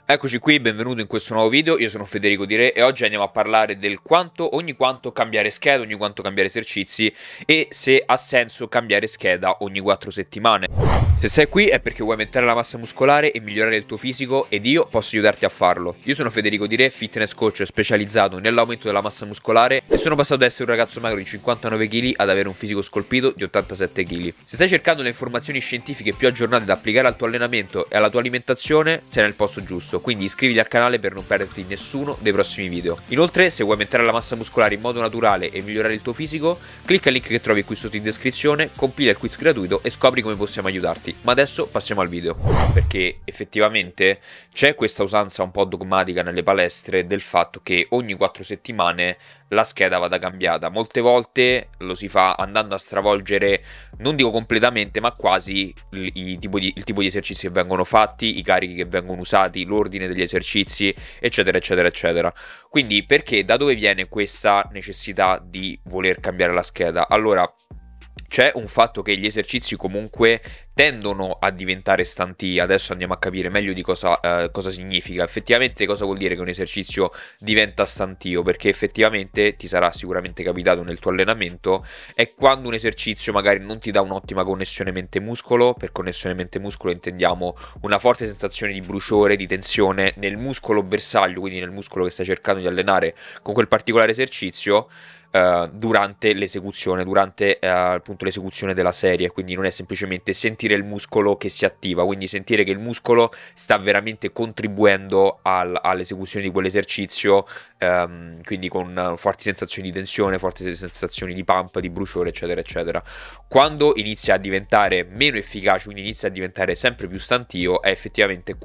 Eccoci qui, benvenuto in questo nuovo video, io sono Federico Di Re e oggi andiamo a parlare del ogni quanto cambiare scheda, ogni quanto cambiare esercizi e se ha senso cambiare scheda ogni 4 settimane. Se sei qui è perché vuoi aumentare la massa muscolare e migliorare il tuo fisico ed io posso aiutarti a farlo. Io sono Federico Di Re, fitness coach specializzato nell'aumento della massa muscolare e sono passato da essere un ragazzo magro di 59 kg ad avere un fisico scolpito di 87 kg. Se stai cercando le informazioni scientifiche più aggiornate da applicare al tuo allenamento e alla tua alimentazione, sei nel posto giusto, quindi iscriviti al canale per non perderti nessuno dei prossimi video. Inoltre, se vuoi aumentare la massa muscolare in modo naturale e migliorare il tuo fisico, clicca il link che trovi qui sotto in descrizione, compila il quiz gratuito e scopri come possiamo aiutarti. Ma adesso passiamo al video, perché effettivamente c'è questa usanza un po' dogmatica nelle palestre del fatto che ogni 4 settimane la scheda vada cambiata. Molte volte lo si fa andando a stravolgere, non dico completamente, ma quasi il tipo di esercizi che vengono fatti, i carichi che vengono usati, l'ordine degli esercizi, eccetera, eccetera, eccetera. Quindi perché, da dove viene questa necessità di voler cambiare la scheda? Allora, c'è un fatto che gli esercizi comunque tendono a diventare stanti. Adesso andiamo a capire meglio di cosa significa. Effettivamente cosa vuol dire che un esercizio diventa stantio, perché effettivamente ti sarà sicuramente capitato nel tuo allenamento, è quando un esercizio magari non ti dà un'ottima connessione mente-muscolo. Per connessione mente-muscolo intendiamo una forte sensazione di bruciore, di tensione nel muscolo bersaglio, quindi nel muscolo che stai cercando di allenare con quel particolare esercizio, durante l'esecuzione, appunto l'esecuzione della serie. Quindi non è semplicemente sentire il muscolo che si attiva, quindi sentire che il muscolo sta veramente contribuendo all'esecuzione di quell'esercizio, quindi con forti sensazioni di tensione, forti sensazioni di pump, di bruciore, eccetera, eccetera. Quando inizia a diventare meno efficace, quindi inizia a diventare sempre più stantio, è effettivamente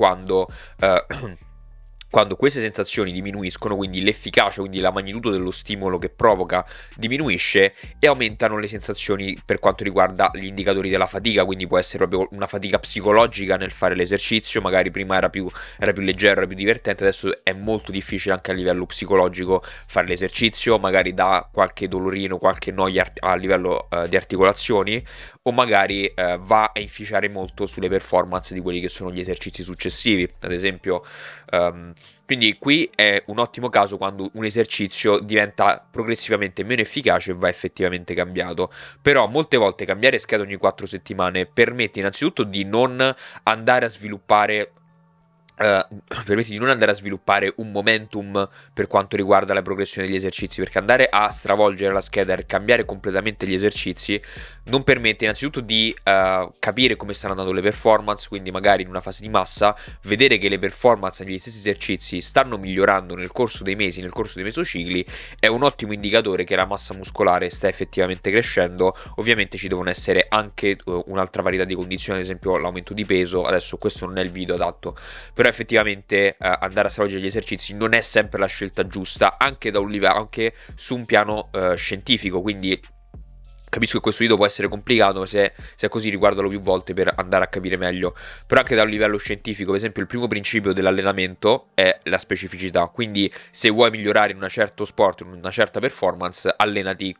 quando queste sensazioni diminuiscono, quindi l'efficacia, quindi la magnitudo dello stimolo che provoca diminuisce e aumentano le sensazioni per quanto riguarda gli indicatori della fatica. Quindi può essere proprio una fatica psicologica nel fare l'esercizio, magari prima era più leggero, era più divertente, adesso è molto difficile anche a livello psicologico fare l'esercizio, magari dà qualche dolorino, qualche noia a livello di articolazioni, o magari va a inficiare molto sulle performance di quelli che sono gli esercizi successivi, ad esempio. Quindi qui è un ottimo caso quando un esercizio diventa progressivamente meno efficace e va effettivamente cambiato. Però molte volte cambiare scheda ogni 4 settimane permette innanzitutto di non andare a sviluppare permette di non andare a sviluppare un momentum per quanto riguarda la progressione degli esercizi, perché andare a stravolgere la scheda e cambiare completamente gli esercizi non permette innanzitutto di capire come stanno andando le performance. Quindi magari in una fase di massa vedere che le performance negli stessi esercizi stanno migliorando nel corso dei mesi, nel corso dei mesocicli, è un ottimo indicatore che la massa muscolare sta effettivamente crescendo. Ovviamente ci devono essere anche un'altra varietà di condizioni, ad esempio l'aumento di peso. Adesso questo non è il video adatto, però effettivamente andare a stravolgere gli esercizi non è sempre la scelta giusta, anche da un livello, anche su un piano scientifico. Quindi capisco che questo video può essere complicato, se è così riguardalo più volte per andare a capire meglio. Però anche da un livello scientifico, per esempio, il primo principio dell'allenamento è la specificità. Quindi se vuoi migliorare in un certo sport, in una certa performance, allenati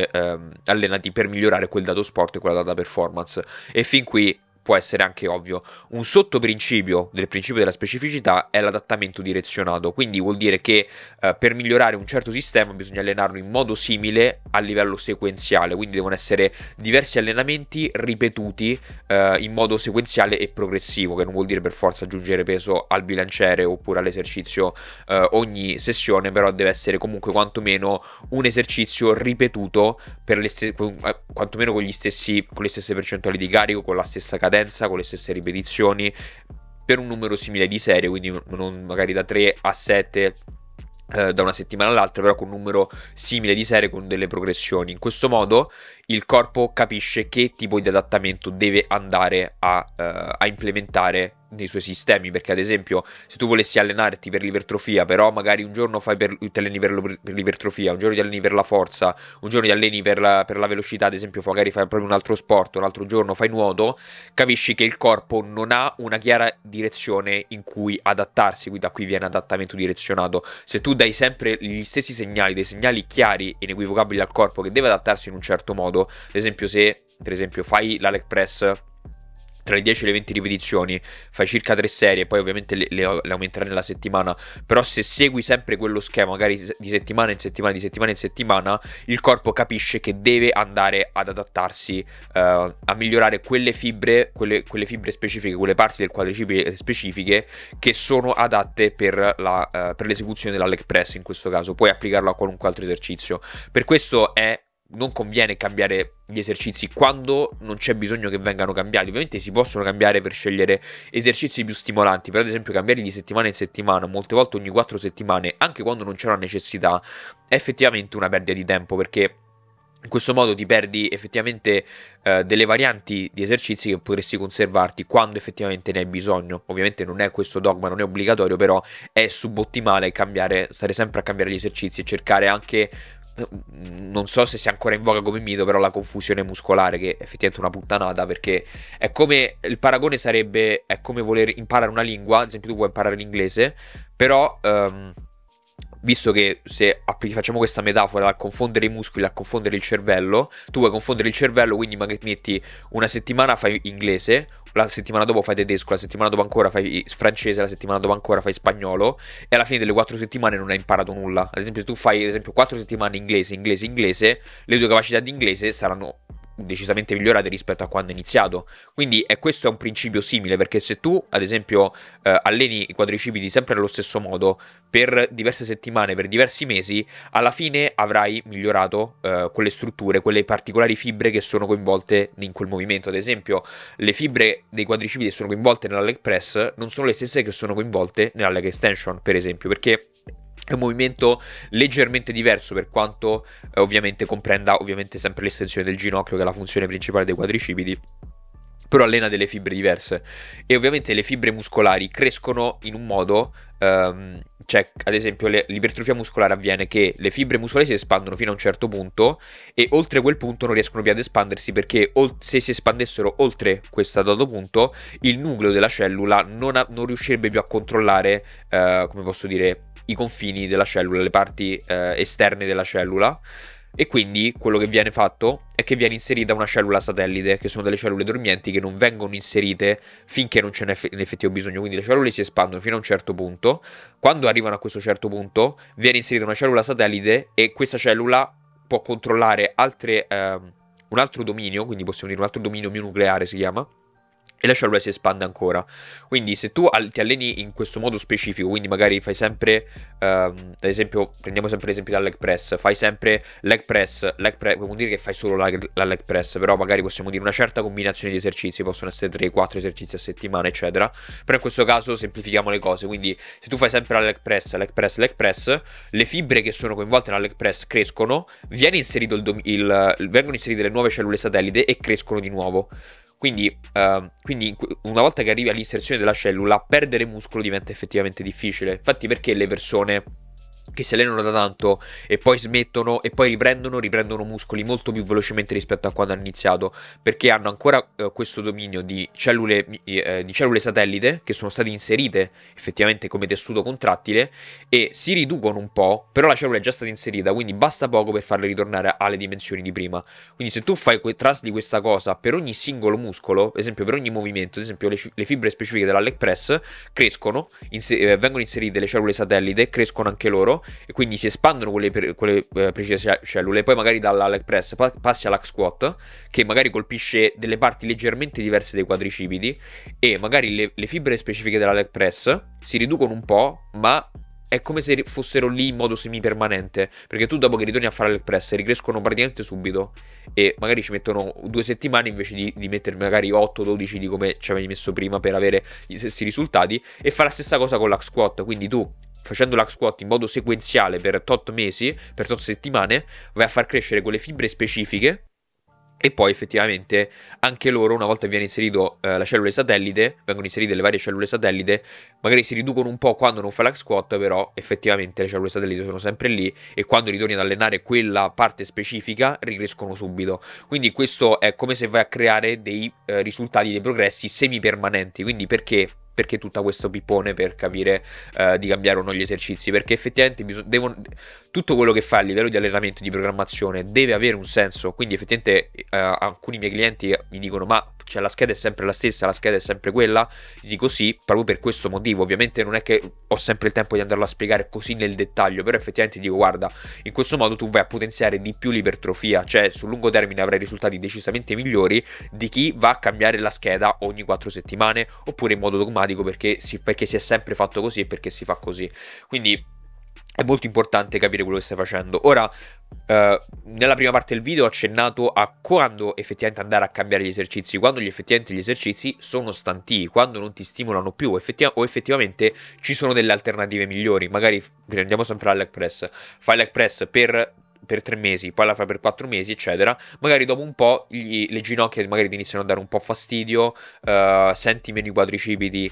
per migliorare quel dato sport e quella data performance. E fin qui può essere anche ovvio. Un sottoprincipio del principio della specificità è l'adattamento direzionato. Quindi vuol dire che per migliorare un certo sistema bisogna allenarlo in modo simile a livello sequenziale. Quindi devono essere diversi allenamenti ripetuti in modo sequenziale e progressivo, che non vuol dire per forza aggiungere peso al bilanciere oppure all'esercizio ogni sessione, però deve essere comunque quantomeno un esercizio ripetuto per quantomeno con le stesse percentuali di carico, con la stessa cadenza, con le stesse ripetizioni, per un numero simile di serie. Quindi non magari da 3 a 7 da una settimana all'altra, però con un numero simile di serie, con delle progressioni. In questo modo il corpo capisce che tipo di adattamento deve andare a implementare nei suoi sistemi. Perché ad esempio se tu volessi allenarti per l'ipertrofia, però magari un giorno ti alleni per l'ipertrofia, un giorno ti alleni per la forza, un giorno ti alleni per la velocità, ad esempio magari fai proprio un altro sport, un altro giorno fai nuoto, capisci che il corpo non ha una chiara direzione in cui adattarsi. Quindi da qui viene adattamento direzionato. Se tu dai sempre gli stessi segnali, dei segnali chiari e inequivocabili al corpo che deve adattarsi in un certo modo, ad esempio se per esempio fai la leg press tra le 10 e le 20 ripetizioni, fai circa 3 serie, poi ovviamente le aumenterai nella settimana, però se segui sempre quello schema, magari di settimana in settimana, di settimana in settimana, il corpo capisce che deve andare ad adattarsi, a migliorare quelle fibre, quelle fibre specifiche, quelle parti del quadricipite specifiche che sono adatte per l'esecuzione della leg press in questo caso. Puoi applicarlo a qualunque altro esercizio. Per questo non conviene cambiare gli esercizi quando non c'è bisogno che vengano cambiati. Ovviamente si possono cambiare per scegliere esercizi più stimolanti, però ad esempio cambiarli di settimana in settimana, molte volte ogni 4 settimane, anche quando non c'è una necessità, è effettivamente una perdita di tempo, perché in questo modo ti perdi effettivamente delle varianti di esercizi che potresti conservarti quando effettivamente ne hai bisogno. Ovviamente non è questo dogma, non è obbligatorio, però è subottimale stare sempre a cambiare gli esercizi e cercare anche, non so se sia ancora in voga come mito, però la confusione muscolare, che è effettivamente una puttanata, perché è come, il paragone sarebbe, è come voler imparare una lingua. Ad esempio tu vuoi imparare l'inglese, però visto che se facciamo questa metafora, a confondere i muscoli, a confondere il cervello, tu vuoi confondere il cervello, quindi magari metti una settimana fai inglese, la settimana dopo fai tedesco, la settimana dopo ancora fai francese, la settimana dopo ancora fai spagnolo, e alla fine delle 4 settimane non hai imparato nulla. Ad esempio, se tu fai ad esempio 4 settimane inglese, inglese, inglese, le tue capacità di inglese saranno decisamente migliorate rispetto a quando è iniziato. Quindi questo è un principio simile, perché se tu ad esempio alleni i quadricipiti sempre nello stesso modo per diverse settimane, per diversi mesi, alla fine avrai migliorato quelle strutture, quelle particolari fibre che sono coinvolte in quel movimento. Ad esempio, le fibre dei quadricipiti che sono coinvolte nella leg press non sono le stesse che sono coinvolte nella leg extension, per esempio, perché è un movimento leggermente diverso, per quanto ovviamente comprenda ovviamente sempre l'estensione del ginocchio, che è la funzione principale dei quadricipiti, però allena delle fibre diverse. E ovviamente le fibre muscolari crescono in un modo, cioè ad esempio l'ipertrofia muscolare avviene che le fibre muscolari si espandono fino a un certo punto e oltre quel punto non riescono più ad espandersi, perché se si espandessero oltre questo dato punto, il nucleo della cellula non riuscirebbe più a controllare, come posso dire, i confini della cellula, le parti esterne della cellula. E quindi quello che viene fatto è che viene inserita una cellula satellite, che sono delle cellule dormienti che non vengono inserite finché non ce n'è in effettivo bisogno. Quindi le cellule si espandono fino a un certo punto. Quando arrivano a questo certo punto viene inserita una cellula satellite, e questa cellula può controllare un altro dominio, quindi possiamo dire un altro dominio mionucleare si chiama, e la cellula si espande ancora. Quindi se tu ti alleni in questo modo specifico, quindi magari fai sempre, ad esempio, prendiamo sempre l'esempio della leg press, fai sempre leg press, vuol dire che fai solo la leg press, però magari possiamo dire una certa combinazione di esercizi, possono essere 3-4 esercizi a settimana, eccetera. Però in questo caso semplifichiamo le cose, quindi se tu fai sempre la leg press, leg press, leg press, le fibre che sono coinvolte nella leg press crescono, vengono inserite le nuove cellule satellite e crescono di nuovo. Quindi una volta che arrivi all'inserzione della cellula, perdere muscolo diventa effettivamente difficile. Infatti, perché le persone che si allenano da tanto e poi smettono e poi riprendono muscoli molto più velocemente rispetto a quando hanno iniziato, perché hanno ancora questo dominio di cellule satellite che sono state inserite effettivamente come tessuto contrattile e si riducono un po', però la cellula è già stata inserita, quindi basta poco per farle ritornare alle dimensioni di prima. Quindi se tu trasli questa cosa per ogni singolo muscolo, ad esempio per ogni movimento, ad esempio le fibre specifiche della leg press crescono, vengono inserite le cellule satellite, crescono anche loro, e quindi si espandono quelle precise cellule. Poi magari dalla leg press passi all'hack squat, che magari colpisce delle parti leggermente diverse dei quadricipiti, e magari le fibre specifiche della leg press si riducono un po', ma è come se fossero lì in modo semipermanente, perché tu dopo che ritorni a fare leg press ricrescono praticamente subito, e magari ci mettono 2 settimane invece di mettere magari 8-12 di come ci avevi messo prima per avere gli stessi risultati. E fa la stessa cosa con l'hack squat, quindi tu facendo l'hack squat in modo sequenziale per tot mesi, per tot settimane, vai a far crescere quelle fibre specifiche, e poi effettivamente anche loro, una volta che viene inserito la cellula satellite, vengono inserite le varie cellule satellite, magari si riducono un po' quando non fai l'hack squat, però effettivamente le cellule satellite sono sempre lì, e quando ritorni ad allenare quella parte specifica ricrescono subito. Quindi questo è come se vai a creare dei risultati, dei progressi semipermanenti. Quindi perché perché tutta questo pippone per capire di cambiare o no gli esercizi, perché effettivamente tutto quello che fa a livello di allenamento e di programmazione deve avere un senso. Quindi effettivamente alcuni miei clienti mi dicono ma cioè, la scheda è sempre la stessa, la scheda è sempre quella. Gli dico sì, proprio per questo motivo. Ovviamente non è che ho sempre il tempo di andarlo a spiegare così nel dettaglio, però effettivamente dico guarda, in questo modo tu vai a potenziare di più l'ipertrofia, cioè sul lungo termine avrai risultati decisamente migliori di chi va a cambiare la scheda ogni 4 settimane oppure in modo dogmatico perché si è sempre fatto così e perché si fa così. Quindi è molto importante capire quello che stai facendo. Ora, nella prima parte del video ho accennato a quando effettivamente andare a cambiare gli esercizi, quando effettivamente gli esercizi sono stanti, quando non ti stimolano più, o effettivamente ci sono delle alternative migliori. Magari prendiamo sempre la leg press, fai leg press per 3 mesi, poi la fai per 4 mesi, eccetera. Magari dopo un po' le ginocchia magari ti iniziano a dare un po' fastidio, senti meno i quadricipiti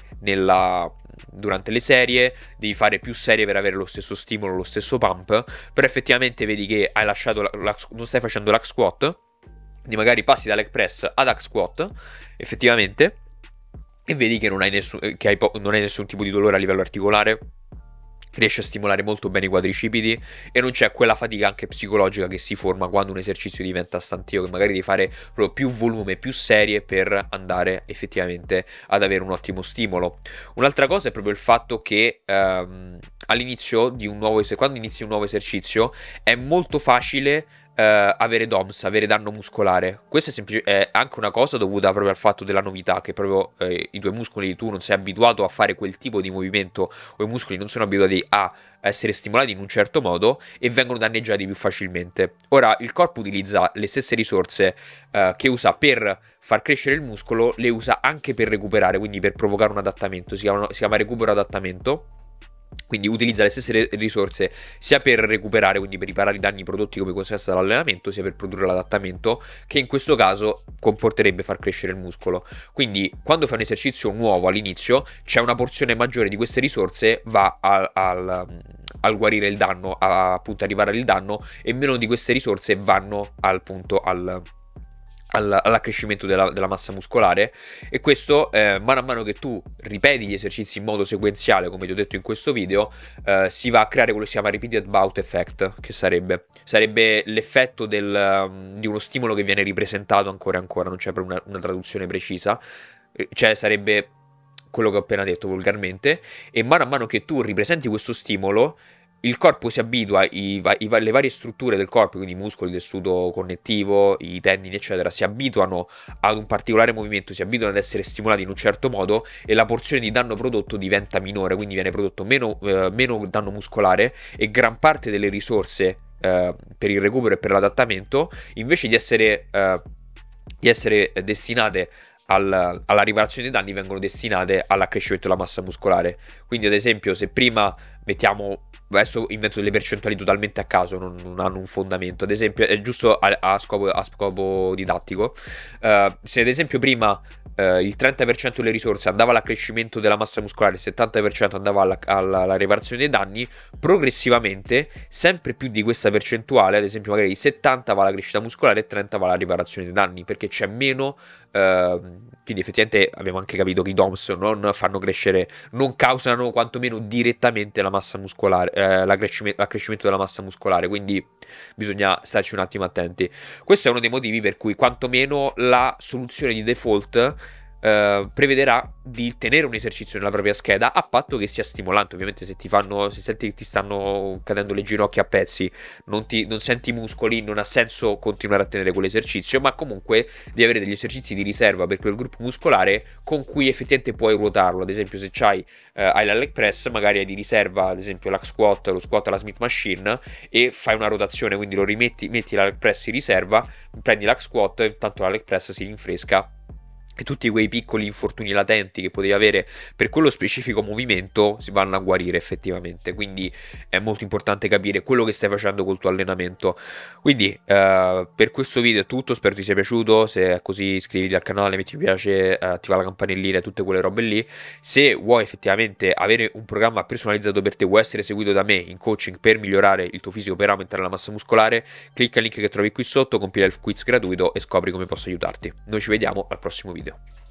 durante le serie, devi fare più serie per avere lo stesso stimolo, lo stesso pump, però effettivamente vedi che hai lasciato non stai facendo l'hack squat, quindi magari passi da leg press ad hack squat, effettivamente, e vedi che non hai nessun tipo di dolore a livello articolare, riesce a stimolare molto bene i quadricipiti e non c'è quella fatica anche psicologica che si forma quando un esercizio diventa stantio, che magari devi fare proprio più volume, più serie per andare effettivamente ad avere un ottimo stimolo. Un'altra cosa è proprio il fatto che all'inizio di quando inizi un nuovo esercizio è molto facile avere DOMS, avere danno muscolare. Questa è anche una cosa dovuta proprio al fatto della novità, che proprio i tuoi muscoli, tu non sei abituato a fare quel tipo di movimento, o i muscoli non sono abituati a essere stimolati in un certo modo e vengono danneggiati più facilmente. Ora il corpo utilizza le stesse risorse che usa per far crescere il muscolo, le usa anche per recuperare, quindi per provocare un adattamento, si chiama recupero adattamento. Quindi utilizza le stesse risorse sia per recuperare, quindi per riparare i danni prodotti come conseguenza dall'allenamento, sia per produrre l'adattamento, che in questo caso comporterebbe far crescere il muscolo. Quindi quando fai un esercizio nuovo all'inizio, c'è una porzione maggiore di queste risorse va al guarire il danno, appunto a riparare il danno, e meno di queste risorse vanno all'accrescimento della massa muscolare. E questo mano a mano che tu ripeti gli esercizi in modo sequenziale, come ti ho detto in questo video, si va a creare quello che si chiama repeated bout effect, che sarebbe l'effetto di uno stimolo che viene ripresentato ancora e ancora, non c'è proprio una traduzione precisa, cioè sarebbe quello che ho appena detto volgarmente. E mano a mano che tu ripresenti questo stimolo, il corpo si abitua, le varie strutture del corpo, quindi i muscoli, il tessuto connettivo, i tendini, eccetera, si abituano ad un particolare movimento, si abituano ad essere stimolati in un certo modo e la porzione di danno prodotto diventa minore, quindi viene prodotto meno danno muscolare e gran parte delle risorse per il recupero e per l'adattamento, invece di essere destinate alla riparazione dei danni, vengono destinate all'accrescimento della massa muscolare. Quindi ad esempio se prima adesso invento delle percentuali totalmente a caso, non hanno un fondamento, ad esempio è giusto a scopo didattico, se ad esempio prima il 30% delle risorse andava all'accrescimento della massa muscolare, il 70% andava alla riparazione dei danni, progressivamente sempre più di questa percentuale, ad esempio magari il 70 va alla crescita muscolare e 30 va alla riparazione dei danni, perché c'è meno, quindi effettivamente abbiamo anche capito che i DOMS non fanno crescere, non causano quantomeno direttamente la massa muscolare, l'accrescimento della massa muscolare, quindi bisogna starci un attimo attenti. Questo è uno dei motivi per cui quantomeno la soluzione di default prevederà di tenere un esercizio nella propria scheda a patto che sia stimolante. Ovviamente se senti che ti stanno cadendo le ginocchia a pezzi, non senti i muscoli, non ha senso continuare a tenere quell'esercizio, ma comunque devi avere degli esercizi di riserva per quel gruppo muscolare con cui effettivamente puoi ruotarlo. Ad esempio se hai la leg press, magari hai di riserva ad esempio l'hack squat, lo squat alla Smith Machine e fai una rotazione, quindi metti la leg press in riserva, prendi l'hack squat e intanto la leg press si rinfresca e tutti quei piccoli infortuni latenti che potevi avere per quello specifico movimento si vanno a guarire effettivamente. Quindi è molto importante capire quello che stai facendo col tuo allenamento. Quindi per questo video è tutto, spero ti sia piaciuto. Se è così iscriviti al canale, metti mi piace, attiva la campanellina e tutte quelle robe lì. Se vuoi effettivamente avere un programma personalizzato per te, vuoi essere seguito da me in coaching per migliorare il tuo fisico, per aumentare la massa muscolare, clicca il link che trovi qui sotto, compila il quiz gratuito e scopri come posso aiutarti. Noi ci vediamo al prossimo video.